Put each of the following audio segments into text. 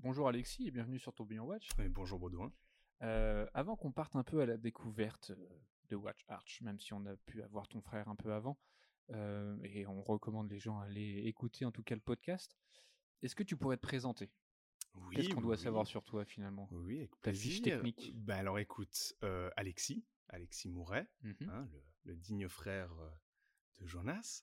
Bonjour Alexis et bienvenue sur Tourbillon Watch. Oui, bonjour Baudouin. Avant qu'on parte un peu à la découverte de Watch Arch, même si on a pu avoir ton frère un peu avant, et on recommande les gens à aller écouter en tout cas le podcast, est-ce que tu pourrais te présenter? Qu'est-ce Oui, qu'on oui, doit oui. savoir sur toi finalement? Oui, avec Ta fiche plaisir. technique. Alors écoute, Alexis Mouret, Mhm. le digne frère de Jonas.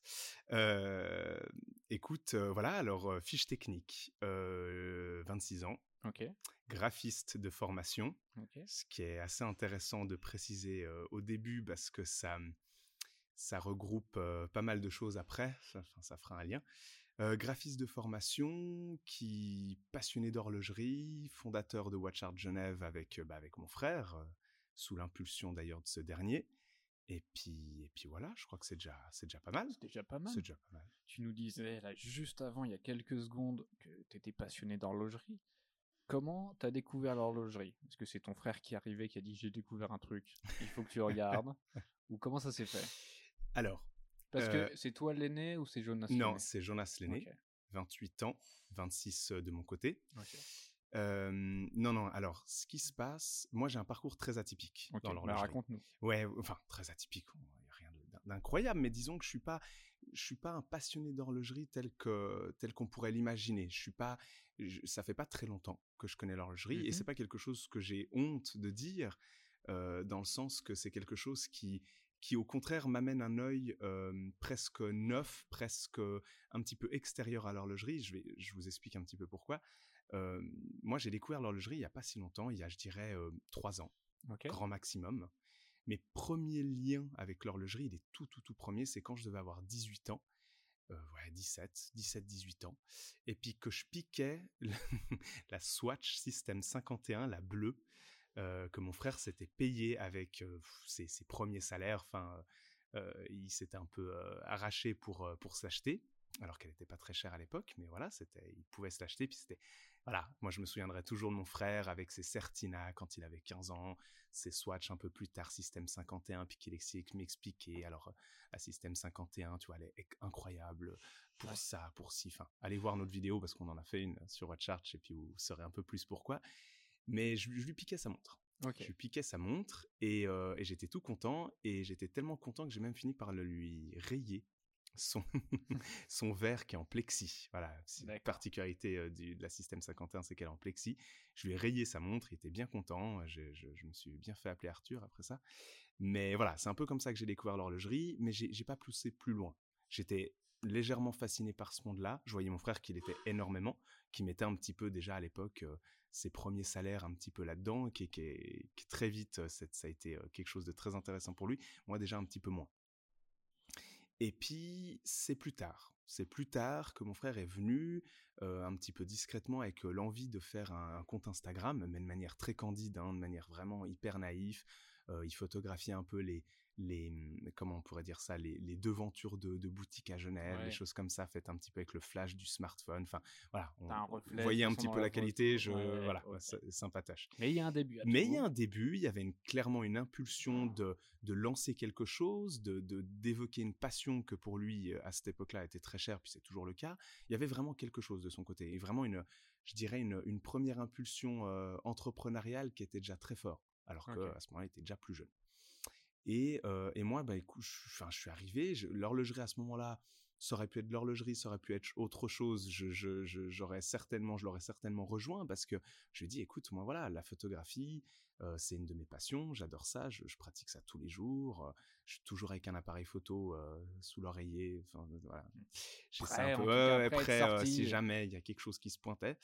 Écoute, voilà, alors fiche technique, 26 ans, Ok. graphiste de formation, Ok. ce qui est assez intéressant de préciser au début parce que ça regroupe pas mal de choses après, ça fera un lien. Graphiste de formation, passionné d'horlogerie, fondateur de Watch Art Genève avec mon frère, sous l'impulsion d'ailleurs de ce dernier. Et puis voilà, je crois que c'est déjà pas mal. C'est déjà pas mal. C'est déjà pas mal. Tu nous disais là juste avant, il y a quelques secondes, que tu étais passionné d'horlogerie. Comment t'as découvert l'horlogerie? Est-ce que c'est ton frère qui est arrivé qui a dit j'ai découvert un truc, il faut que tu regardes? Ou comment ça s'est fait? Alors, Parce que c'est toi l'aîné ou c'est Jonas non, l'aîné? c'est Jonas l'aîné, Ok. 28 ans, 26 de mon côté. Ok. Non, alors, ce qui se passe, moi j'ai un parcours très atypique Ok, dans bah l'horlogerie. raconte-nous. Ouais, enfin, très atypique, il n'y a rien d'incroyable, mais disons que je suis pas un passionné d'horlogerie tel qu'on pourrait l'imaginer. Ça fait pas très longtemps que je connais l'horlogerie, et c'est pas quelque chose que j'ai honte de dire, dans le sens que c'est quelque chose qui au contraire m'amène un œil presque neuf, presque un petit peu extérieur à l'horlogerie. Je vous explique un petit peu pourquoi. Moi, j'ai découvert l'horlogerie il n'y a pas si longtemps, il y a, je dirais, 3 ans, Ok. grand maximum. Mes premiers liens avec l'horlogerie, les tout premiers, c'est quand je devais avoir 18 ans, 17-18 ans, et puis que je piquais la Swatch System 51, la bleue, que mon frère s'était payé avec ses premiers salaires. Enfin, il s'était un peu arraché pour s'acheter, alors qu'elle n'était pas très chère à l'époque, mais voilà, il pouvait se l'acheter. Puis voilà, moi je me souviendrai toujours de mon frère avec ses Certina quand il avait 15 ans, ses Swatch un peu plus tard, Système 51, puis qu'il m'expliquait, alors la Système 51, tu vois, elle est incroyable pour ça, pour ci, enfin, allez voir notre vidéo parce qu'on en a fait une sur Watch Art, et puis vous saurez un peu plus pourquoi. Mais je lui piquais sa montre. Ok. Je lui piquais sa montre et j'étais tout content, et j'étais tellement content que j'ai même fini par lui rayer son son verre qui est en plexi. Voilà, c'est une particularité de la Système 51, c'est qu'elle est en plexi. Je lui ai rayé sa montre, il était bien content. Je me suis bien fait appeler Arthur après ça. Mais voilà, c'est un peu comme ça que j'ai découvert l'horlogerie, mais j'ai pas poussé plus loin. J'étais légèrement fasciné par ce monde-là. Je voyais mon frère qui l'était énormément, qui mettait un petit peu déjà à l'époque ses premiers salaires un petit peu là-dedans, qui très vite, ça a été quelque chose de très intéressant pour lui. Moi déjà un petit peu moins. Et puis c'est plus tard que mon frère est venu un petit peu discrètement avec l'envie de faire un compte Instagram, mais de manière très candide, de manière vraiment hyper naïf. Il photographiait un peu comment on pourrait dire ça, les devantures de boutiques à Genève, les choses comme ça, faites un petit peu avec le flash du smartphone. Enfin, voilà, vous voyez un petit peu la qualité, voilà, okay. C'est sympatoche. Mais il y a un début à tout. Mais il y a un début, il y avait clairement une impulsion de lancer quelque chose, d'évoquer une passion que pour lui, à cette époque-là, était très chère, puis c'est toujours le cas. Il y avait vraiment quelque chose de son côté, et vraiment je dirais une première impulsion entrepreneuriale qui était déjà très fort, alors qu'à ce moment-là, il était déjà plus jeune. Et moi, écoute, je suis arrivé, l'horlogerie à ce moment-là, ça aurait pu être de l'horlogerie, ça aurait pu être autre chose. Je l'aurais certainement rejoint, parce que je lui ai dit, écoute, moi voilà, la photographie, c'est une de mes passions, j'adore ça, je pratique ça tous les jours, je suis toujours avec un appareil photo sous l'oreiller, enfin voilà. J'essaie un peu prêt si jamais il y a quelque chose qui se pointait.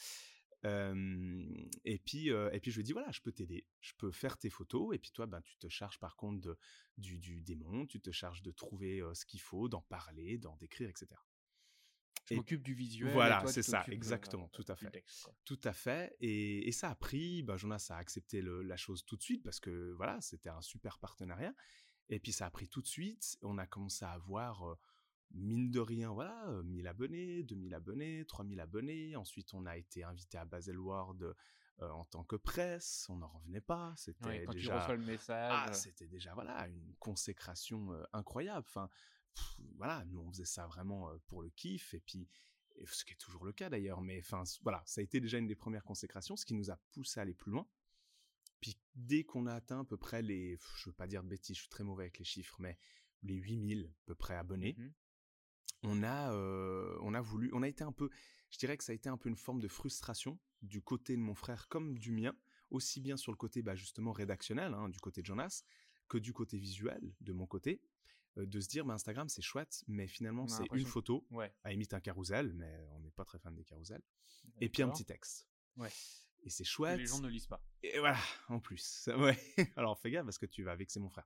Et puis je lui dis, voilà, je peux t'aider, je peux faire tes photos, et puis toi tu te charges par contre du démon, tu te charges de trouver ce qu'il faut, d'en parler, d'en décrire, etc. Je m'occupe du visuel. Voilà, et toi, c'est ça, exactement, tout à fait. Texte, tout à fait. Et ça a pris, Jonas a accepté la chose tout de suite, parce que voilà, c'était un super partenariat. Et puis ça a pris tout de suite, on a commencé à avoir mine de rien, voilà, 1000 abonnés, 2000 abonnés, 3000 abonnés. Ensuite, on a été invité à Baselworld en tant que presse. On n'en revenait pas. C'était quand déjà, tu reçois le message. c'était déjà voilà une consécration incroyable. Enfin, voilà, nous on faisait ça vraiment pour le kiff. et ce qui est toujours le cas d'ailleurs, mais enfin voilà, ça a été déjà une des premières consécrations, ce qui nous a poussé à aller plus loin. Puis dès qu'on a atteint à peu près je veux pas dire de bêtises, je suis très mauvais avec les chiffres, mais les 8000 à peu près abonnés, on a été un peu, je dirais que ça a été un peu une forme de frustration du côté de mon frère comme du mien, aussi bien sur le côté justement rédactionnel, hein, du côté de Jonas, que du côté visuel de mon côté, de se dire Instagram c'est chouette, mais finalement c'est une photo, à imite un carrousel, mais on n'est pas très fan des carousels, et puis un petit texte. Ouais. Et c'est chouette. Que les gens ne lisent pas. Et voilà, en plus. Ouais. Alors fais gaffe parce que tu vas vexer mon frère.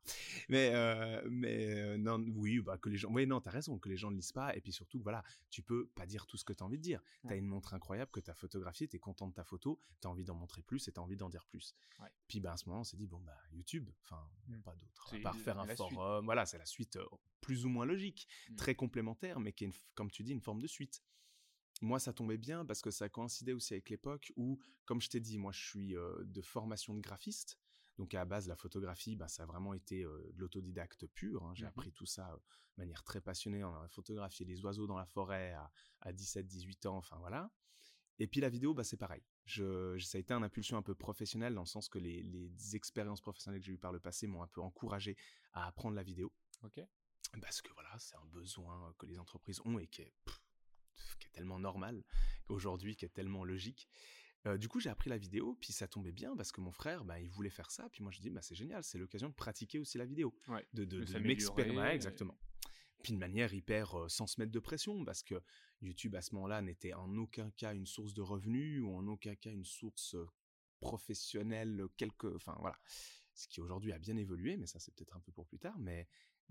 Mais non, oui, que les gens. Oui, non, t'as raison, que les gens ne lisent pas. Et puis surtout, voilà, tu peux pas dire tout ce que t'as envie de dire. T'as une montre incroyable que t'as photographiée, t'es content de ta photo, t'as envie d'en montrer plus et t'as envie d'en dire plus. Ouais. Puis à ce moment, on s'est dit YouTube, enfin, pas d'autre. À part faire un forum, voilà, c'est la suite plus ou moins logique, très complémentaire, mais qui est, comme tu dis, une forme de suite. Moi, ça tombait bien parce que ça coïncidait aussi avec l'époque où, comme je t'ai dit, moi, je suis de formation de graphiste. Donc, à la base, la photographie, ça a vraiment été de l'autodidacte pur. Hein. J'ai appris tout ça de manière très passionnée. On a photographié les oiseaux dans la forêt à 17-18 ans. Enfin, voilà. Et puis, la vidéo, c'est pareil. Ça a été une impulsion un peu professionnelle dans le sens que les expériences professionnelles que j'ai eues par le passé m'ont un peu encouragé à apprendre la vidéo. Ok. Parce que, voilà, c'est un besoin que les entreprises ont et qui est tellement normal aujourd'hui, qui est tellement logique. Du coup, j'ai appris la vidéo, puis ça tombait bien parce que mon frère, il voulait faire ça, puis moi je dis, c'est génial, c'est l'occasion de pratiquer aussi la vidéo, de m'expérimenter, exactement. Puis de manière hyper sans se mettre de pression, parce que YouTube à ce moment-là n'était en aucun cas une source de revenus ou en aucun cas une source professionnelle, enfin voilà, ce qui aujourd'hui a bien évolué, mais ça c'est peut-être un peu pour plus tard, mais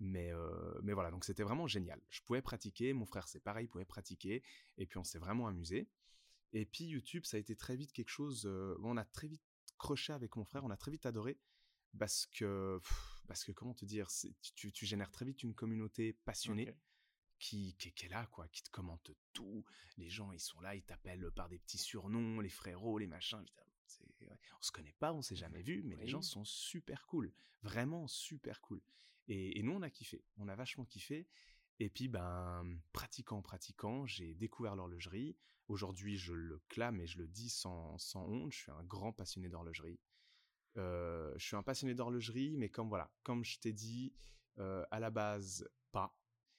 voilà, donc c'était vraiment génial. Je pouvais pratiquer, mon frère c'est pareil, pouvait pratiquer, et puis on s'est vraiment amusé. Et puis YouTube, ça a été très vite quelque chose, on a très vite croché avec mon frère, on a très vite adoré, parce que comment te dire, tu génères très vite une communauté passionnée, qui est là, quoi, qui te commente tout. Les gens, ils sont là, ils t'appellent par des petits surnoms, les frérots, les machins. On se connaît pas, on s'est jamais vu, mais les gens sont super cool, vraiment super cool. Et nous, on a kiffé, on a vachement kiffé. Et puis, pratiquant, j'ai découvert l'horlogerie. Aujourd'hui, je le clame et je le dis sans honte, je suis un grand passionné d'horlogerie. Je suis un passionné d'horlogerie, mais comme je t'ai dit, à la base, pas.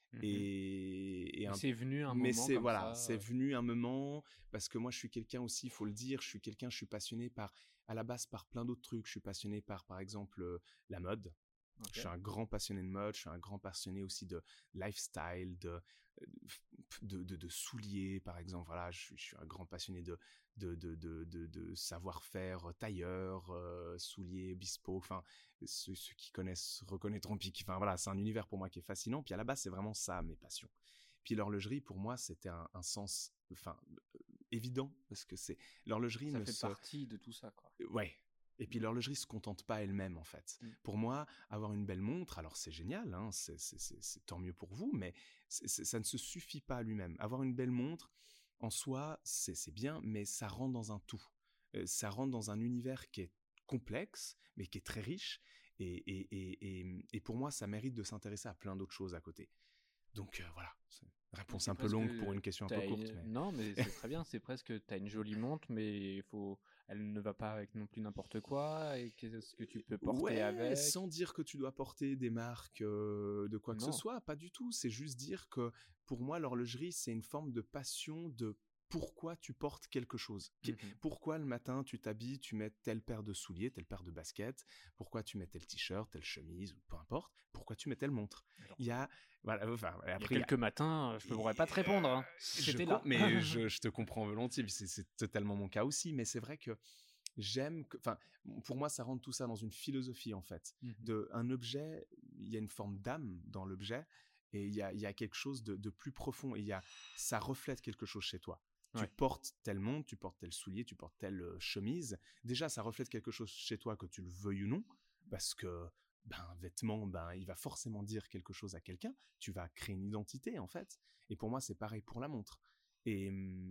Et c'est venu un moment comme ça. C'est venu un moment parce que moi je suis quelqu'un aussi, il faut le dire, je suis passionné à la base par plein d'autres trucs. Je suis passionné par exemple la mode. Je suis un grand passionné de mode, je suis un grand passionné aussi de lifestyle, de souliers par exemple. Voilà, je suis un grand passionné de savoir-faire tailleur, souliers, bespoke. Enfin, ceux qui connaissent reconnaîtront. Puis, enfin voilà, c'est un univers pour moi qui est fascinant. Puis à la base, c'est vraiment ça mes passions. Puis l'horlogerie pour moi, c'était un sens, évident parce que l'horlogerie. Ça fait partie de tout ça, quoi. Ouais. Et puis l'horlogerie se contente pas elle-même en fait. Pour moi, avoir une belle montre, alors c'est génial, hein, c'est tant mieux pour vous, mais ça ne se suffit pas à lui-même. Avoir une belle montre, en soi, c'est bien, mais ça rentre dans un tout. Ça rentre dans un univers qui est complexe, mais qui est très riche. Et pour moi, ça mérite de s'intéresser à plein d'autres choses à côté. Donc voilà, c'est une réponse un peu longue pour une question un peu courte. Mais... Non, mais c'est très bien, c'est presque, t'as une jolie montre, mais elle ne va pas avec non plus n'importe quoi, et qu'est-ce que tu peux porter avec. Sans dire que tu dois porter des marques de quoi que ce soit, pas du tout, c'est juste dire que pour moi l'horlogerie c'est une forme de passion de pourquoi tu portes quelque chose. Pourquoi le matin tu t'habilles, tu mets telle paire de souliers, telle paire de baskets, pourquoi tu mets tel t-shirt, telle chemise, peu importe, pourquoi tu mets telle montre. Alors, il y a quelques matins, je ne pourrais pas te répondre. Hein. C'était là. Mais je te comprends volontiers, c'est totalement mon cas aussi, mais c'est vrai que pour moi, ça rentre tout ça dans une philosophie, en fait. Un objet, il y a une forme d'âme dans l'objet, et il y a quelque chose de plus profond, et ça reflète quelque chose chez toi. Tu portes telle montre, tu portes tel soulier, tu portes telle chemise. Déjà, ça reflète quelque chose chez toi, que tu le veuilles ou non, parce que un vêtement, il va forcément dire quelque chose à quelqu'un. Tu vas créer une identité, en fait. Et pour moi, c'est pareil pour la montre. Et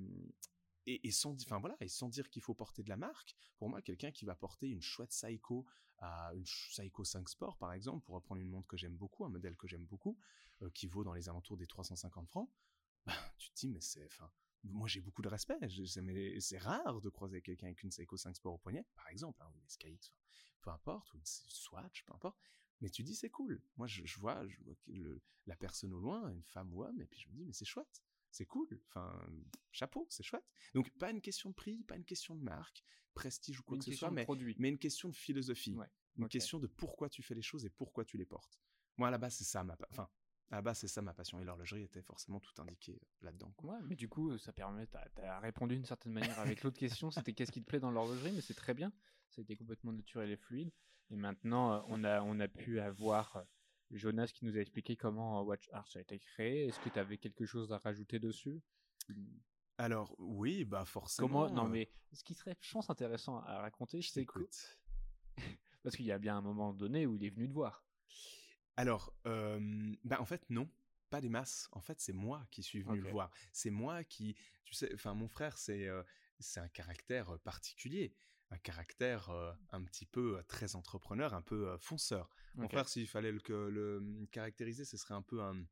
sans dire qu'il faut porter de la marque, pour moi, quelqu'un qui va porter une chouette Seiko, une Seiko 5 Sport, par exemple, pour reprendre une montre que j'aime beaucoup, un modèle que j'aime beaucoup, qui vaut dans les alentours des 350 francs, tu te dis, mais moi j'ai beaucoup de respect. C'est rare de croiser quelqu'un avec une Seiko 5 Sport au poignet, par exemple, ou une SKX, peu importe, ou une Swatch, peu importe. Mais tu dis c'est cool. Moi je vois la personne au loin, une femme ou homme, et puis je me dis mais c'est chouette. C'est cool, enfin, chapeau, c'est chouette. Donc, pas une question de prix, pas une question de marque, prestige ou quoi que ce soit, mais une question de philosophie. Ouais, une question de pourquoi tu fais les choses et pourquoi tu les portes. Moi, à la base, c'est ça ma passion. Et l'horlogerie était forcément tout indiqué là-dedans. Ouais, mais du coup, ça permet, t'as répondu d'une certaine manière avec l'autre question, c'était qu'est-ce qui te plaît dans l'horlogerie, mais c'est très bien. Ça a été complètement naturel et fluide. Et maintenant, on a pu avoir Jonas qui nous a expliqué comment Watch Arch a été créé. Est-ce que tu avais quelque chose à rajouter dessus? Alors, oui, bah forcément. Non, mais ce qui serait, je pense, intéressant à raconter, c'est que... Parce qu'il y a bien un moment donné où il est venu te voir. Alors, en fait, non. Pas des masses. En fait, c'est moi qui suis venu le voir. C'est moi qui... Tu sais, enfin, mon frère, c'est un caractère particulier. Un caractère un petit peu très entrepreneur, un peu fonceur. Mon frère, s'il fallait le caractériser, ce serait un peu un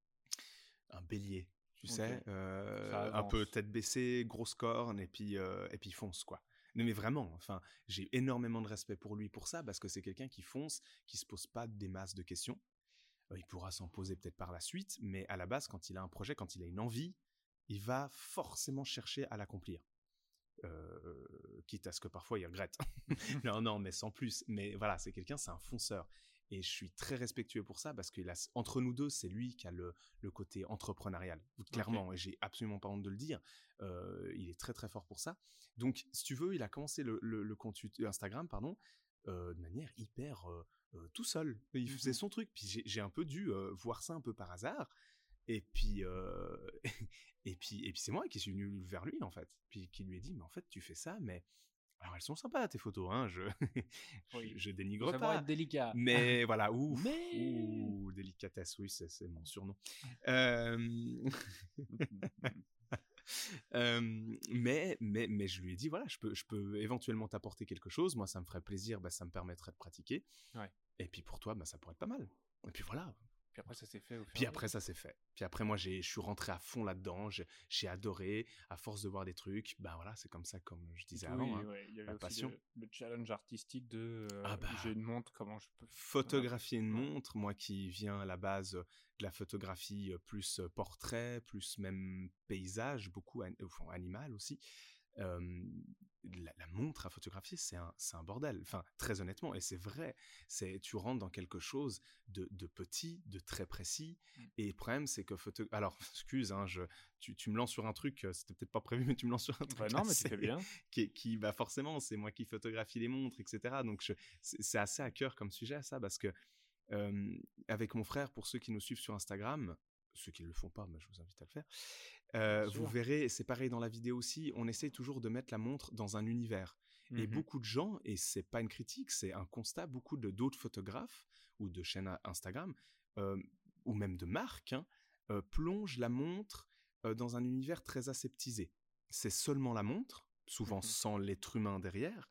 bélier, tu sais, un peu tête baissée, grosse corne, et puis fonce, quoi. Mais vraiment, enfin, j'ai énormément de respect pour lui pour ça, parce que c'est quelqu'un qui fonce, qui se pose pas des masses de questions. Il pourra s'en poser peut-être par la suite, mais à la base, quand il a un projet, quand il a une envie, il va forcément chercher à l'accomplir. Quitte à ce que parfois il regrette. non, mais sans plus. Mais voilà, c'est un fonceur. Et je suis très respectueux pour ça, parce que entre nous deux, c'est lui qui a le côté entrepreneurial. Clairement, et j'ai absolument pas honte de le dire. Il est très très fort pour ça. Donc, si tu veux, il a commencé le compte Instagram, de manière hyper tout seul. Il faisait son truc. Puis j'ai un peu dû voir ça un peu par hasard. Et puis, et puis c'est moi qui suis venu vers lui, en fait. Puis qui lui ai dit, mais en fait, tu fais ça, mais... Alors, elles sont sympas, tes photos, hein, je dénigre pas. Être délicat. Mais voilà, délicatesse, oui, c'est mon surnom. Mais je lui ai dit, voilà, je peux éventuellement t'apporter quelque chose. Moi, ça me ferait plaisir, ça me permettrait de pratiquer. Ouais. Et puis pour toi, ça pourrait être pas mal. Et puis voilà. Puis après, ça s'est fait. Ça s'est fait. Puis après, moi, je suis rentré à fond là-dedans. J'ai adoré. À force de voir des trucs, voilà, c'est comme ça, comme je disais avant. Il y avait la passion. Le challenge artistique de j'ai une montre, comment je peux photographier une montre. Moi qui viens à la base de la photographie plus portrait, plus même paysage, beaucoup animal aussi. La montre à photographier, c'est un bordel. Enfin, très honnêtement, et c'est vrai. Tu rentres dans quelque chose de petit, de très précis. Et le problème, c'est que alors, excuse, hein, tu me lances sur un truc, c'était peut-être pas prévu, mais tu me lances sur un truc. Non, mais tu fais bien. Qui forcément, c'est moi qui photographie les montres, etc. Donc, c'est assez à cœur comme sujet, ça, parce que avec mon frère, pour ceux qui nous suivent sur Instagram, ceux qui ne le font pas, je vous invite à le faire. Vous verrez, c'est pareil dans la vidéo aussi, on essaye toujours de mettre la montre dans un univers. Et beaucoup de gens, et c'est pas une critique, c'est un constat, beaucoup d'autres photographes ou de chaînes Instagram, ou même de marques, plongent la montre dans un univers très aseptisé. C'est seulement la montre, souvent sans l'être humain derrière,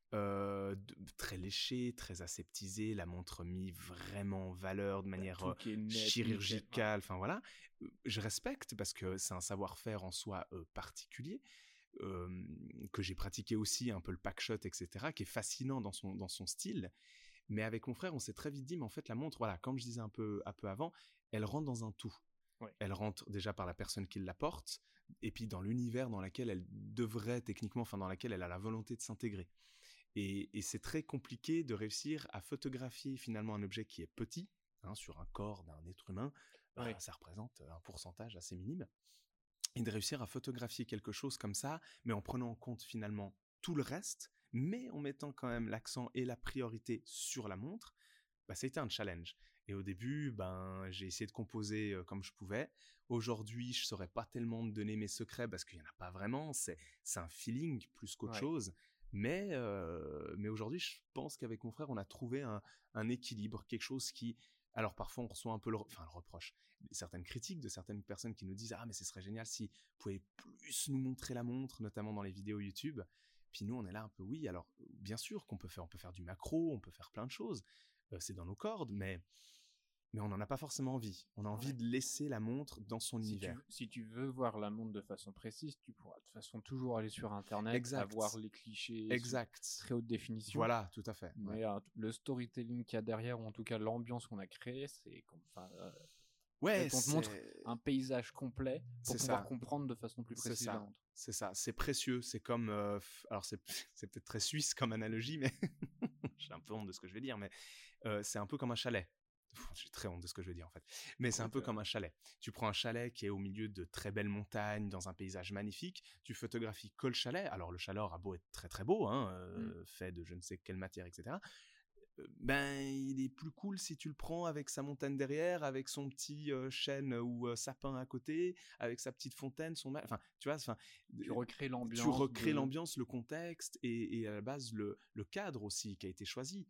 très léché, très aseptisé, la montre mis vraiment en valeur de manière chirurgicale, enfin voilà. Je respecte parce que c'est un savoir-faire en soi particulier, que j'ai pratiqué aussi, un peu le packshot, etc., qui est fascinant dans son style. Mais avec mon frère, on s'est très vite dit, mais en fait, la montre, voilà, comme je disais un peu avant, elle rentre dans un tout. Ouais. Elle rentre déjà par la personne qui la porte, et puis dans l'univers dans lequel elle devrait techniquement, enfin dans lequel elle a la volonté de s'intégrer. Et c'est très compliqué de réussir à photographier finalement un objet qui est petit, sur un corps d'un être humain, ça représente un pourcentage assez minime, et de réussir à photographier quelque chose comme ça, mais en prenant en compte finalement tout le reste, mais en mettant quand même l'accent et la priorité sur la montre, ça a été un challenge. Et au début, j'ai essayé de composer comme je pouvais. Aujourd'hui, je ne saurais pas tellement me donner mes secrets parce qu'il n'y en a pas vraiment, c'est un feeling plus qu'autre chose. Mais aujourd'hui, je pense qu'avec mon frère, on a trouvé un équilibre, quelque chose qui... Alors parfois, on reçoit un peu le reproche, certaines critiques de certaines personnes qui nous disent « Ah, mais ce serait génial si vous pouvez plus nous montrer la montre, notamment dans les vidéos YouTube. » Puis nous, on est là un peu, oui, alors bien sûr qu'on peut faire du macro, on peut faire plein de choses, c'est dans nos cordes, mais mais on n'en a pas forcément envie. On a envie de laisser la montre dans son univers. Si tu veux voir la montre de façon précise, tu pourras de toute façon toujours aller sur Internet, avoir les clichés très haute définition. Voilà, tout à fait. Mais le storytelling qu'il y a derrière, ou en tout cas l'ambiance qu'on a créée, c'est comme... on te montre un paysage complet pour pouvoir comprendre de façon plus précise la montre. C'est ça, c'est précieux. C'est comme... alors, c'est peut-être très suisse comme analogie, mais j'ai un peu honte de ce que je vais dire, mais c'est un peu comme un chalet. J'ai très honte de ce que je veux dire en fait. Mais c'est un peu comme un chalet. Tu prends un chalet qui est au milieu de très belles montagnes, dans un paysage magnifique. Tu photographies que le chalet. Alors le chalet aura beau être très très beau, fait de je ne sais quelle matière, etc. Ben, il est plus cool si tu le prends avec sa montagne derrière, avec son petit chêne ou sapin à côté, avec sa petite fontaine, enfin, tu vois, tu recrées l'ambiance. Tu recrées l'ambiance, le contexte et à la base le cadre aussi qui a été choisi.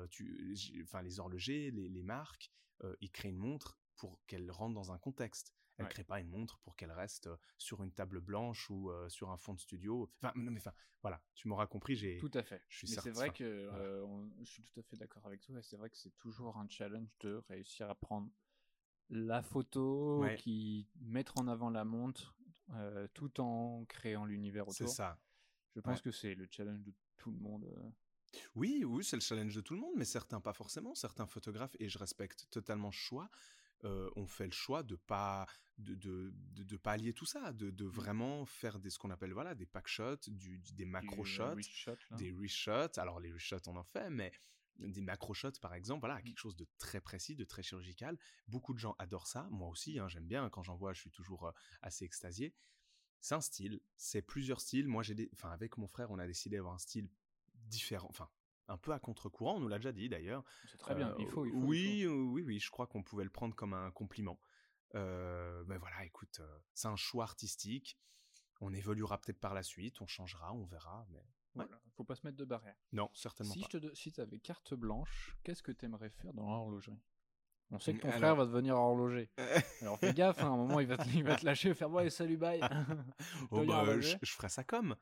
Les horlogers, les marques, ils créent une montre pour qu'elle rentre dans un contexte. Elle crée pas une montre pour qu'elle reste sur une table blanche ou sur un fond de studio. Voilà, tu m'auras compris. Tout à fait. C'est vrai que je suis tout à fait d'accord avec toi. Et c'est vrai que c'est toujours un challenge de réussir à prendre la photo, qui mettre en avant la montre, tout en créant l'univers autour. C'est ça. Je pense que c'est le challenge de tout le monde. Oui, c'est le challenge de tout le monde, mais certains pas forcément. Certains photographes, et je respecte totalement ce choix, ont fait le choix de pas allier tout ça, de vraiment faire ce qu'on appelle des pack shots, des macro shots, des reshots. Alors les reshots on en fait, mais des macro shots par exemple, quelque chose de très précis, de très chirurgical. Beaucoup de gens adorent ça, moi aussi, j'aime bien, quand j'en vois je suis toujours assez extasié. C'est un style, c'est plusieurs styles. Moi avec mon frère on a décidé d'avoir un style différent, un peu à contre-courant, on nous l'a déjà dit d'ailleurs. C'est très bien, il faut. Oui, je crois qu'on pouvait le prendre comme un compliment. Mais voilà, écoute, c'est un choix artistique. On évoluera peut-être par la suite, on changera, on verra, mais... Voilà, faut pas se mettre de barrière. Non, certainement pas. Si tu avais carte blanche, qu'est-ce que tu aimerais faire dans l'horlogerie ? On sait que ton frère va devenir horloger. Alors fais gaffe, à un moment il va te lâcher, faire ouais, salut, bye. Je ferais ça comme.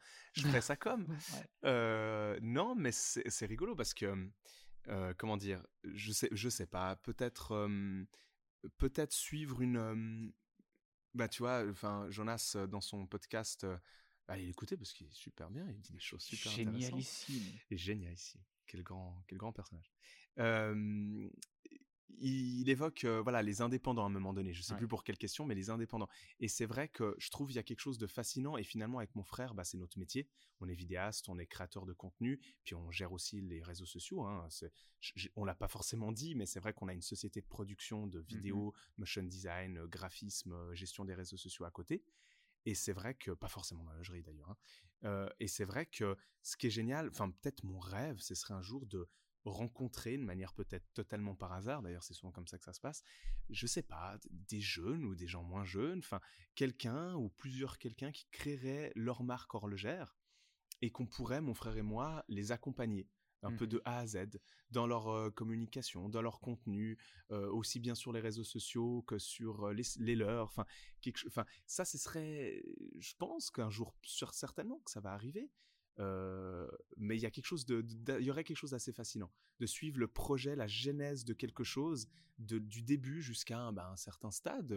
Non, mais c'est rigolo parce que comment dire, je sais pas, peut-être suivre une tu vois, Jonas dans son podcast, allez l'écouter parce qu'il est super bien, il dit des choses super intéressantes. Génialissime. Quel grand personnage. Il évoque les indépendants à un moment donné, je sais plus pour quelle question, mais les indépendants. Et c'est vrai que je trouve il y a quelque chose de fascinant, et finalement avec mon frère, c'est notre métier. On est vidéaste, on est créateur de contenu, puis on gère aussi les réseaux sociaux. On l'a pas forcément dit, mais c'est vrai qu'on a une société de production de vidéos, motion design, graphisme, gestion des réseaux sociaux à côté. Et c'est vrai que, pas forcément dans la lingerie d'ailleurs, et c'est vrai que ce qui est génial, peut-être mon rêve, ce serait un jour de rencontrer de manière peut-être totalement par hasard, d'ailleurs c'est souvent comme ça que ça se passe, je sais pas, des jeunes ou des gens moins jeunes, quelqu'un ou quelqu'un qui créerait leur marque horlogère et qu'on pourrait, mon frère et moi, les accompagner un peu de A à Z dans leur communication, dans leur contenu, aussi bien sur les réseaux sociaux que sur les leurs, ça ce serait, je pense qu'un jour certainement que ça va arriver. Mais il y a quelque chose il y aurait quelque chose d'assez fascinant de suivre le projet, la genèse de quelque chose du début jusqu'à un certain stade.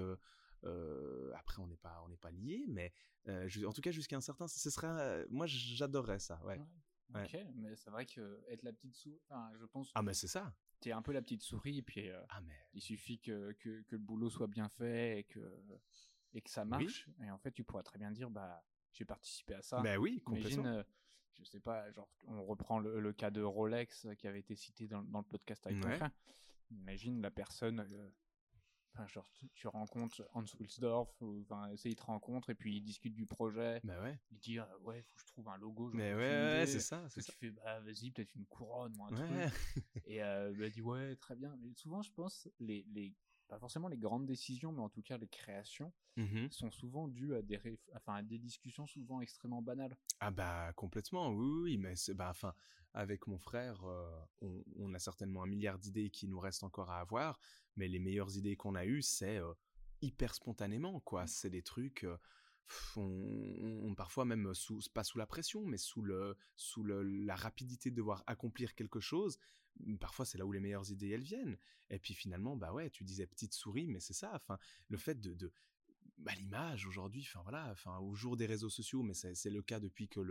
Après on n'est pas liés, mais en tout cas jusqu'à un certain, ce serait, moi j'adorerais ça. Ok, mais c'est vrai que être la petite souris, je pense. Mais c'est ça. T'es un peu la petite souris, et puis il suffit que le boulot soit bien fait et que ça marche. Et en fait, tu pourrais très bien dire, j'ai participé à ça. Mais oui, complètement. Imagine, je sais pas, genre, on reprend le cas de Rolex qui avait été cité dans le podcast avec ton frère. Imagine la personne, genre, tu rencontres Hans Wilsdorf, il te rencontre et puis il discute du projet. Il dit, faut que je trouve un logo. C'est ça. Tu fais, vas-y, peut-être une couronne ou un truc. Et il dit, très bien. Mais souvent, je pense, pas forcément les grandes décisions, mais en tout cas les créations sont souvent dues à des discussions souvent extrêmement banales. Complètement, oui, mais avec mon frère, on a certainement 1 milliard d'idées qui nous restent encore à avoir, mais les meilleures idées qu'on a eues, c'est hyper spontanément, quoi. C'est des trucs, parfois même pas sous la pression, mais sous la rapidité de devoir accomplir quelque chose. Parfois, c'est là où les meilleures idées, elles viennent. Et puis finalement, bah ouais, tu disais petite souris, mais c'est ça. Enfin, le fait l'image aujourd'hui, enfin voilà, enfin au jour des réseaux sociaux, mais c'est le cas depuis que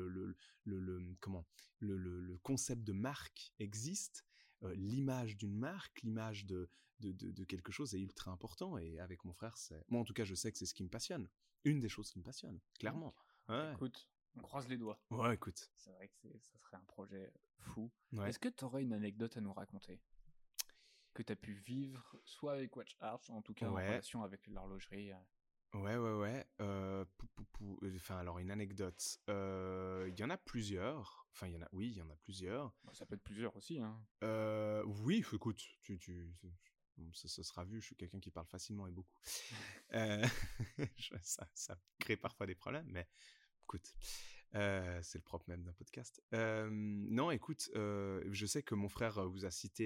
le concept de marque existe. L'image d'une marque, l'image de quelque chose est ultra important. Et avec mon frère, moi en tout cas, je sais que c'est ce qui me passionne. Une des choses qui me passionne, clairement. Ouais. Écoute, on croise les doigts. Ouais, écoute. C'est vrai que ça serait un projet fou. Ouais. Est-ce que tu aurais une anecdote à nous raconter que tu as pu vivre, soit avec Watch Arch, en tout cas en relation avec l'horlogerie Ouais. Enfin, alors, une anecdote. Il y en a plusieurs. Enfin, il y en a plusieurs. Ça peut être plusieurs aussi, hein. Oui, écoute, ça sera vu, je suis quelqu'un qui parle facilement et beaucoup. Ça crée parfois des problèmes, mais écoute, c'est le propre même d'un podcast. Non, écoute, je sais que mon frère vous a cité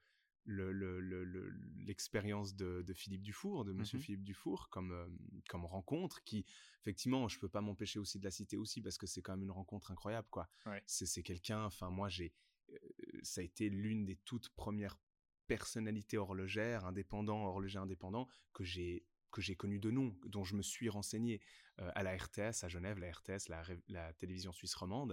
l'expérience de Philippe Dufour, de Monsieur Philippe Dufour, comme rencontre, qui, effectivement, je peux pas m'empêcher aussi de la citer aussi, parce que c'est quand même une rencontre incroyable, quoi. Ouais. C'est quelqu'un, enfin, moi, ça a été l'une des toutes premières personnalités horlogères indépendants que j'ai connu de nom, dont je me suis renseigné à la RTS à Genève, la RTS, la télévision suisse romande.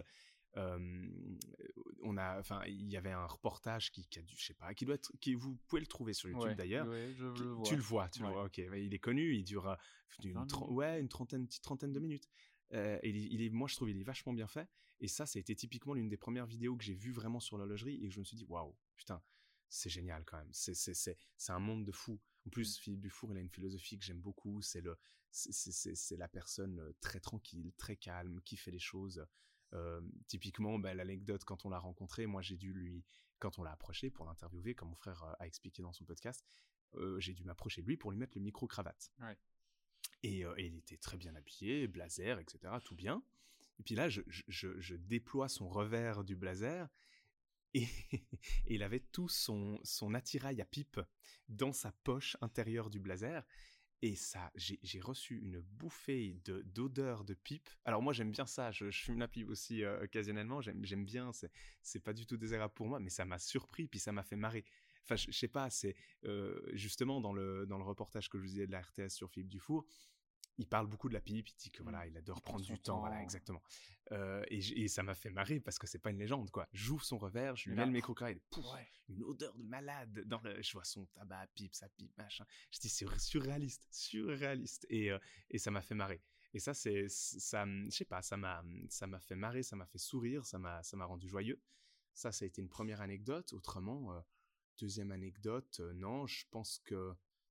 Il y avait un reportage qui a dû, je sais pas, vous pouvez le trouver sur YouTube d'ailleurs. Ouais, je le vois. Tu le vois, ok. Il est connu, il dure une petite trentaine de minutes. Moi, je trouve il est vachement bien fait. Et ça a été typiquement l'une des premières vidéos que j'ai vues vraiment sur l'horlogerie et que je me suis dit, waouh, putain, c'est génial quand même. C'est un monde de fou. En plus, Philippe Dufour, il a une philosophie que j'aime beaucoup. C'est la personne très tranquille, très calme, qui fait les choses. Typiquement, l'anecdote, quand on l'a rencontré, moi quand on l'a approché pour l'interviewer, comme mon frère a expliqué dans son podcast, j'ai dû m'approcher de lui pour lui mettre le micro-cravate. Ouais. Et il était très bien habillé, blazer, etc., tout bien. Et puis là, je déploie son revers du blazer et il avait tout son attirail à pipe dans sa poche intérieure du blazer. Et ça, j'ai reçu une bouffée d'odeur de pipe. Alors moi, j'aime bien ça, je fume la pipe aussi occasionnellement, j'aime bien, c'est pas du tout désagréable pour moi, mais ça m'a surpris, puis ça m'a fait marrer. Enfin, je sais pas, c'est justement dans le reportage que je vous disais de la RTS sur Philippe Dufour, il parle beaucoup de la pipe, il dit que voilà, il adore prendre du temps, voilà, exactement. Et ça m'a fait marrer parce que c'est pas une légende, quoi. J'ouvre son revers, je lui mets le micro-cravate, une odeur de malade je vois son tabac à pipe, sa pipe, machin. Je dis c'est surréaliste. Et ça m'a fait marrer. Et ça, je sais pas, ça m'a fait marrer, ça m'a fait sourire, ça m'a rendu joyeux. Ça a été une première anecdote. Autrement, deuxième anecdote, non, je pense que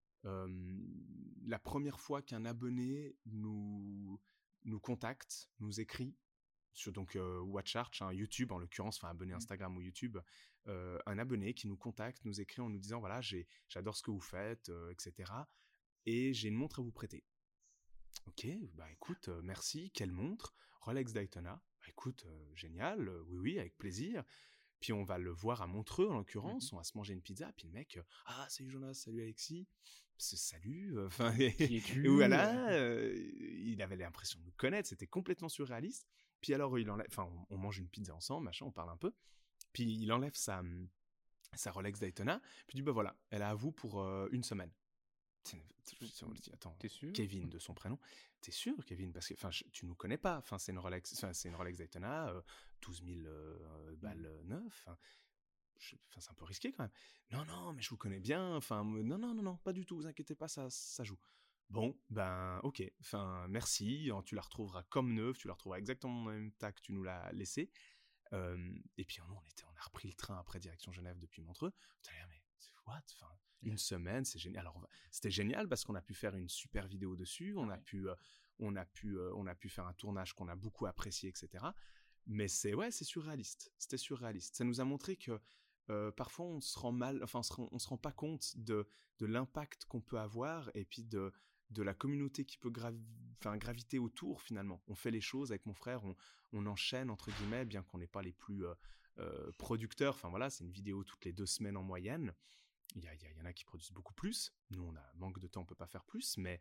la première fois qu'un abonné nous contacte, nous écrit, sur donc Watch Arch, YouTube en l'occurrence, enfin abonné Instagram ou YouTube, un abonné qui nous contacte, nous écrit en nous disant voilà, j'adore ce que vous faites, etc. Et j'ai une montre à vous prêter. Ok, bah écoute, merci, quelle montre? Rolex Daytona. Bah écoute, génial, oui, avec plaisir. Puis on va le voir à Montreux en l'occurrence, on va se manger une pizza, puis le mec, salut Jonas, salut Alexis, salut, enfin, voilà, il avait l'impression de nous connaître, c'était complètement surréaliste. Puis alors on mange une pizza ensemble, machin, on parle un peu, puis il enlève sa Rolex Daytona, puis il dit bah voilà, elle est à vous pour une semaine. Attends, t'es sûr? Kevin de son prénom, t'es sûr Kevin, parce que tu nous connais pas, c'est une Rolex Daytona, 12 000 balles neuves, c'est un peu risqué quand même. Non, mais je vous connais bien, non, pas du tout, vous inquiétez pas, ça joue. Bon, ok, merci, tu la retrouveras comme neuve, tu la retrouveras exactement dans le même tas que tu nous l'as laissé. Et puis on a repris le train après direction Genève depuis Montreux. Mais what, une semaine, c'est génial. Alors c'était génial parce qu'on a pu faire une super vidéo dessus, on a pu faire un tournage qu'on a beaucoup apprécié, etc. Mais c'est surréaliste. C'était surréaliste. Ça nous a montré que parfois on se rend pas compte de l'impact qu'on peut avoir et puis de la communauté qui peut graviter autour finalement. On fait les choses avec mon frère, on enchaîne entre guillemets, bien qu'on n'ait pas les plus producteurs. Enfin voilà, c'est une vidéo toutes les 2 semaines en moyenne. Il y en a qui produisent beaucoup plus. Nous, on a manque de temps, on peut pas faire plus, mais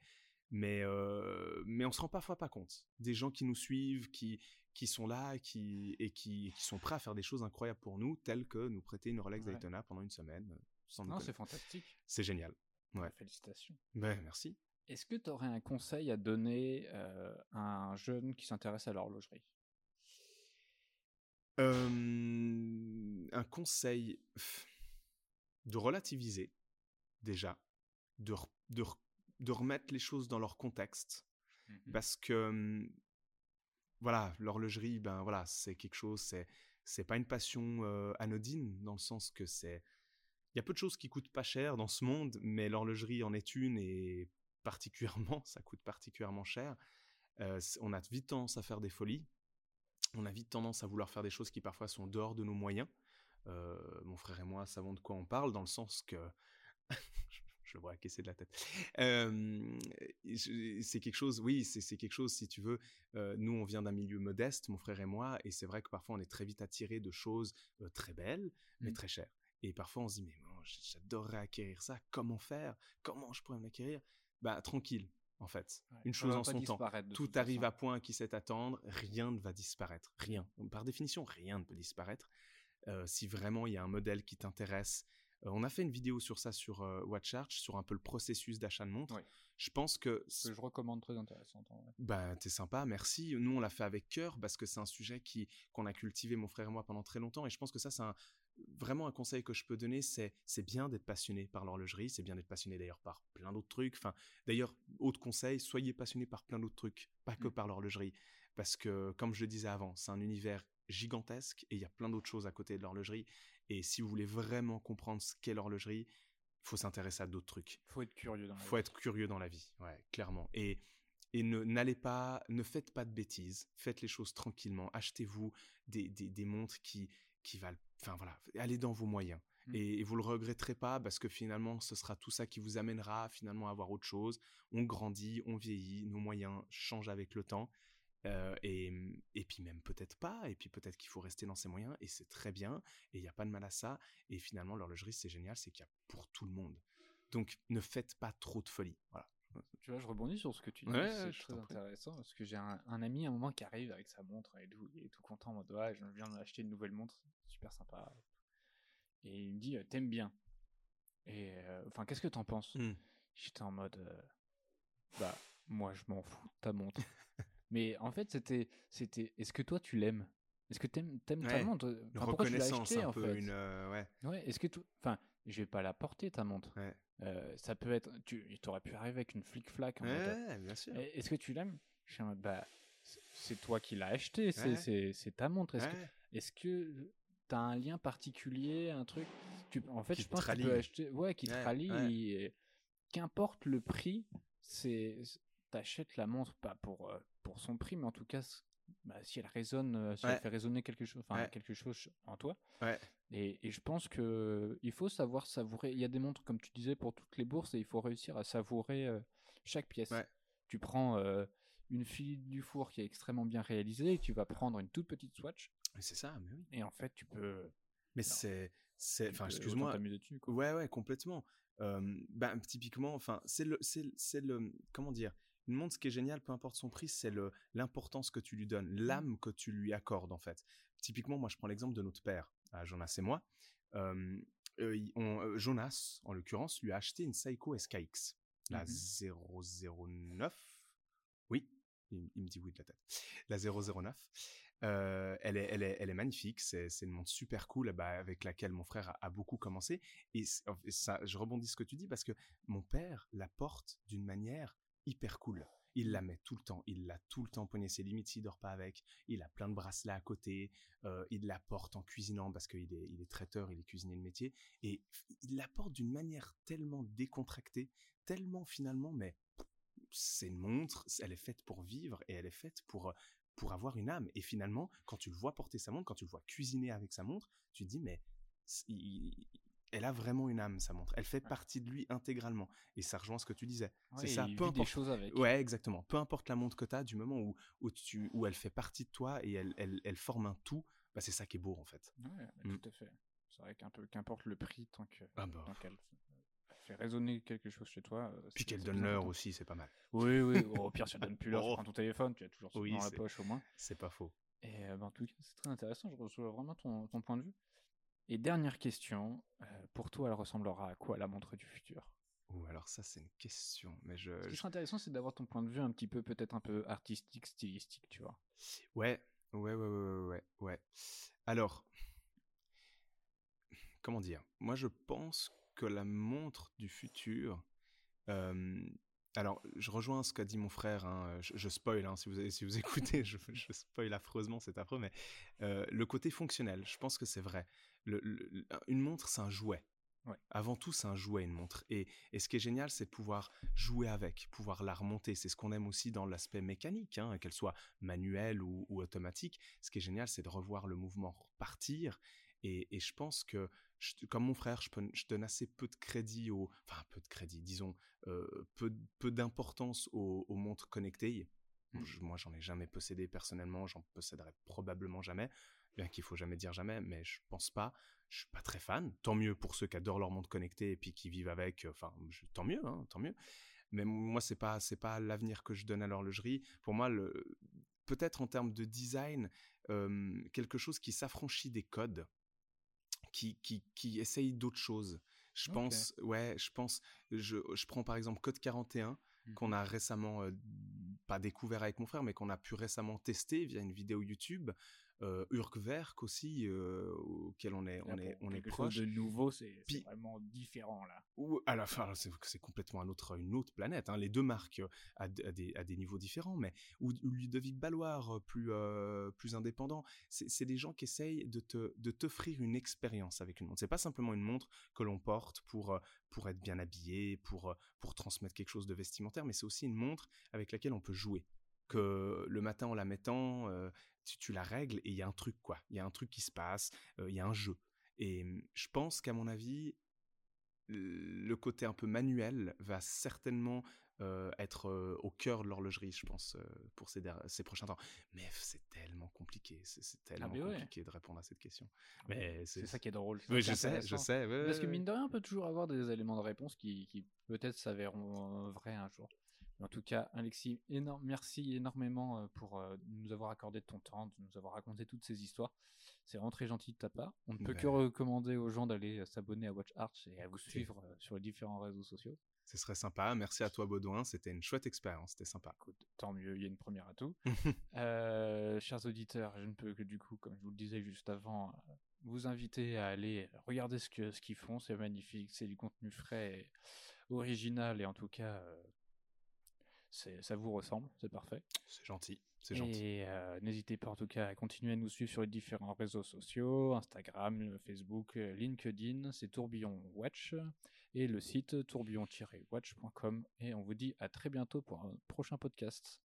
Mais on se rend parfois pas compte. Des gens qui nous suivent, qui sont là, qui sont prêts à faire des choses incroyables pour nous, telles que nous prêter une Rolex Daytona pendant une semaine, sans nous Non, connaître. c'est fantastique. C'est génial. Ouais. Félicitations. Ben, merci. Est-ce que tu aurais un conseil à donner à un jeune qui s'intéresse à l'horlogerie? Un conseil de relativiser, déjà, de remettre les choses dans leur contexte, parce que voilà, l'horlogerie, ben voilà, c'est quelque chose, c'est pas une passion anodine, dans le sens que il y a peu de choses qui coûtent pas cher dans ce monde, mais l'horlogerie en est une, et particulièrement, ça coûte particulièrement cher. On a vite tendance à faire des folies. On a vite tendance à vouloir faire des choses qui parfois sont dehors de nos moyens. Mon frère et moi savons de quoi on parle, dans le sens que je le vois acquiescer de la tête. C'est quelque chose, oui, c'est quelque chose, si tu veux. Nous, on vient d'un milieu modeste, mon frère et moi, et c'est vrai que parfois on est très vite attiré de choses très belles, mais très chères. Et parfois on se dit, mais non, j'adorerais acquérir ça. Comment faire? Comment je pourrais m'acquérir? Bah, tranquille. En fait, une chose en son temps. Tout arrive à point qui sait attendre, rien ne va disparaître. Rien. Par définition, rien ne peut disparaître. Si vraiment il y a un modèle qui t'intéresse. On a fait une vidéo sur ça sur WatchArch, sur un peu le processus d'achat de montre. Oui. Je pense que je recommande, très intéressant. Ben, t'es sympa, merci. Nous, on l'a fait avec cœur parce que c'est un sujet qu'on a cultivé, mon frère et moi, pendant très longtemps. Et je pense que ça, c'est vraiment un conseil que je peux donner, c'est bien d'être passionné par l'horlogerie, c'est bien d'être passionné d'ailleurs par plein d'autres trucs. Enfin, d'ailleurs, autre conseil, soyez passionné par plein d'autres trucs, pas que par l'horlogerie. Parce que, comme je le disais avant, c'est un univers gigantesque et il y a plein d'autres choses à côté de l'horlogerie. Et si vous voulez vraiment comprendre ce qu'est l'horlogerie, il faut s'intéresser à d'autres trucs. Faut être curieux dans la vie. Faut être curieux dans la vie, ouais, clairement. Et ne faites pas de bêtises, faites les choses tranquillement. Achetez-vous des montres qui valent, enfin voilà, allez dans vos moyens. Et vous le regretterez pas, parce que finalement, ce sera tout ça qui vous amènera finalement à avoir autre chose. On grandit, on vieillit, nos moyens changent avec le temps. Et puis même peut-être pas, et puis peut-être qu'il faut rester dans ses moyens, et c'est très bien, et il n'y a pas de mal à ça. Et finalement, l'horlogerie, c'est génial, c'est qu'il y a pour tout le monde. Donc, ne faites pas trop de folie. Voilà. Tu vois, je rebondis sur ce que tu dis, c'est très intéressant, parce que j'ai un ami à un moment qui arrive avec sa montre, et il est tout content, en mode, ouais, je viens d'acheter une nouvelle montre, super sympa. Et il me dit, t'aimes bien. Et enfin, qu'est-ce que t'en penses? J'étais en mode, bah, moi, je m'en fous de ta montre. Mais en fait, c'était, est-ce que toi, tu l'aimes? Est-ce que t'aimes ta montre? Une reconnaissance, un peu, ouais, est-ce que enfin, je vais pas la porter, ta montre. Ouais. Ça peut être, tu aurais pu arriver avec une flic-flac. Ouais, bien sûr. Est-ce que tu l'aimes? Je suis en mode, bah, c'est toi qui l'as acheté, c'est ta montre. Est-ce que t'as un lien particulier, un truc? En fait, je pense que tu peux acheter, qui te rallie, et qu'importe le prix, t'achètes la montre pas pour son prix, mais en tout cas, si elle résonne, elle fait résonner quelque chose en toi. Et je pense que il faut savoir savourer. Il y a des montres, comme tu disais, pour toutes les bourses, et il faut réussir à savourer chaque pièce. Tu prends une Philippe Dufour qui est extrêmement bien réalisée, et tu vas prendre une toute petite Swatch. C'est ça, mais oui. Et en fait, tu peux. Mais enfin, excuse-moi. T'amuser dessus, quoi. Ouais, complètement. Typiquement, enfin, c'est le, comment dire, une montre, ce qui est génial, peu importe son prix, c'est l'importance que tu lui donnes, l'âme que tu lui accordes, en fait. Typiquement, moi, je prends l'exemple de notre père, Jonas et moi. Jonas, en l'occurrence, lui a acheté une Seiko SKX, la 009. Oui, il me dit oui de la tête. La 009. Elle est magnifique, c'est une montre super cool, avec laquelle mon frère a beaucoup commencé. Et ça, je rebondis ce que tu dis, parce que mon père la porte d'une manière hyper cool. Il la met tout le temps, il l'a tout le temps poignée, c'est limite s'il dort pas avec. Il a plein de bracelets à côté, il la porte en cuisinant, parce qu'il est traiteur, il est cuisinier de métier, et il la porte d'une manière tellement décontractée, tellement finalement, mais c'est une montre, elle est faite pour vivre, et elle est faite pour avoir une âme. Et finalement, quand tu le vois porter sa montre, quand tu le vois cuisiner avec sa montre, tu te dis, mais elle a vraiment une âme, sa montre. Elle fait partie de lui intégralement. Et ça rejoint ce que tu disais. C'est ça, peu importe. Des choses avec. Ouais, exactement. Peu importe la montre que tu as, du moment où elle fait partie de toi et elle forme un tout, c'est ça qui est beau, en fait. Ouais, tout à fait. C'est vrai qu'importe le prix, tant qu'elle fait résonner quelque chose chez toi. Puis qu'elle donne l'heure aussi, c'est pas mal. Oui, oui. Au pire, si elle donne plus l'heure, tu prends ton téléphone, tu as toujours Oui, dans la poche au moins. C'est pas faux. Et en tout cas, c'est très intéressant. Je reçois vraiment ton point de vue. Et dernière question, pour toi, elle ressemblera à quoi la montre du futur? Alors ça, c'est une question. Mais Ce qui serait intéressant, c'est d'avoir ton point de vue un petit peu, peut-être un peu artistique, stylistique, tu vois. Ouais. Alors, comment dire? Moi, je pense que la montre du futur. Alors, je rejoins ce qu'a dit mon frère. Hein, je spoil. Hein, si vous écoutez, je spoil affreusement, c'est affreux. Mais le côté fonctionnel, je pense que c'est vrai. Une montre, c'est un jouet. Ouais. Avant tout, c'est un jouet, une montre. Et ce qui est génial, c'est de pouvoir jouer avec, pouvoir la remonter. C'est ce qu'on aime aussi dans l'aspect mécanique, hein, qu'elle soit manuelle ou automatique. Ce qui est génial, c'est de revoir le mouvement repartir. Et je pense que, comme mon frère, je donne assez peu de crédit peu de crédit, disons, peu d'importance aux montres connectées. Moi, j'en ai jamais possédé personnellement, j'en posséderai probablement jamais. Bien qu'il faut jamais dire jamais, mais je pense pas. Je suis pas très fan. Tant mieux pour ceux qui adorent leur montre connectée et puis qui vivent avec. Tant mieux, hein, tant mieux. Mais moi, c'est pas l'avenir que je donne à l'horlogerie. Pour moi, peut-être en termes de design, quelque chose qui s'affranchit des codes, qui essaye d'autres choses. Je pense, je prends par exemple Code 41, qu'on a récemment, pas découvert avec mon frère, mais qu'on a pu récemment tester via une vidéo YouTube. Urkwerk aussi, auquel on est proche. Chose de nouveau, c'est vraiment différent là. À la fin, c'est complètement une autre planète. Hein. Les deux marques à des niveaux différents, mais ou Ludovic Balloir, plus indépendant. C'est des gens qui essayent de t'offrir une expérience avec une montre. C'est pas simplement une montre que l'on porte pour être bien habillé, pour transmettre quelque chose de vestimentaire, mais c'est aussi une montre avec laquelle on peut jouer. Que le matin en la mettant, tu la règles et il y a un truc, quoi. Il y a un truc qui se passe, il y a un jeu. Et je pense qu'à mon avis, le côté un peu manuel va certainement être au cœur de l'horlogerie, je pense, pour ces prochains temps. Mais c'est tellement compliqué, c'est tellement compliqué de répondre à cette question. Mais c'est ça qui est drôle. Oui, je sais. Parce que mine de rien, on peut toujours avoir des éléments de réponse qui peut-être s'avéreront vrais un jour. En tout cas, Alexis, merci énormément pour nous avoir accordé de ton temps, de nous avoir raconté toutes ces histoires. C'est vraiment très gentil de ta part. On ne peut que recommander aux gens d'aller s'abonner à Watch Arch et à vous suivre sur les différents réseaux sociaux. Ce serait sympa. Merci à toi, Baudouin. C'était une chouette expérience. C'était sympa. Écoute, tant mieux, il y a une première à tout. Chers auditeurs, je ne peux que du coup, comme je vous le disais juste avant, vous inviter à aller regarder ce qu'ils font. C'est magnifique, c'est du contenu frais, et original et en tout cas... ça vous ressemble, c'est parfait. C'est gentil, c'est gentil. Et n'hésitez pas en tout cas à continuer à nous suivre sur les différents réseaux sociaux, Instagram, Facebook, LinkedIn, c'est Tourbillon Watch, et le site tourbillon-watch.com. Et on vous dit à très bientôt pour un prochain podcast.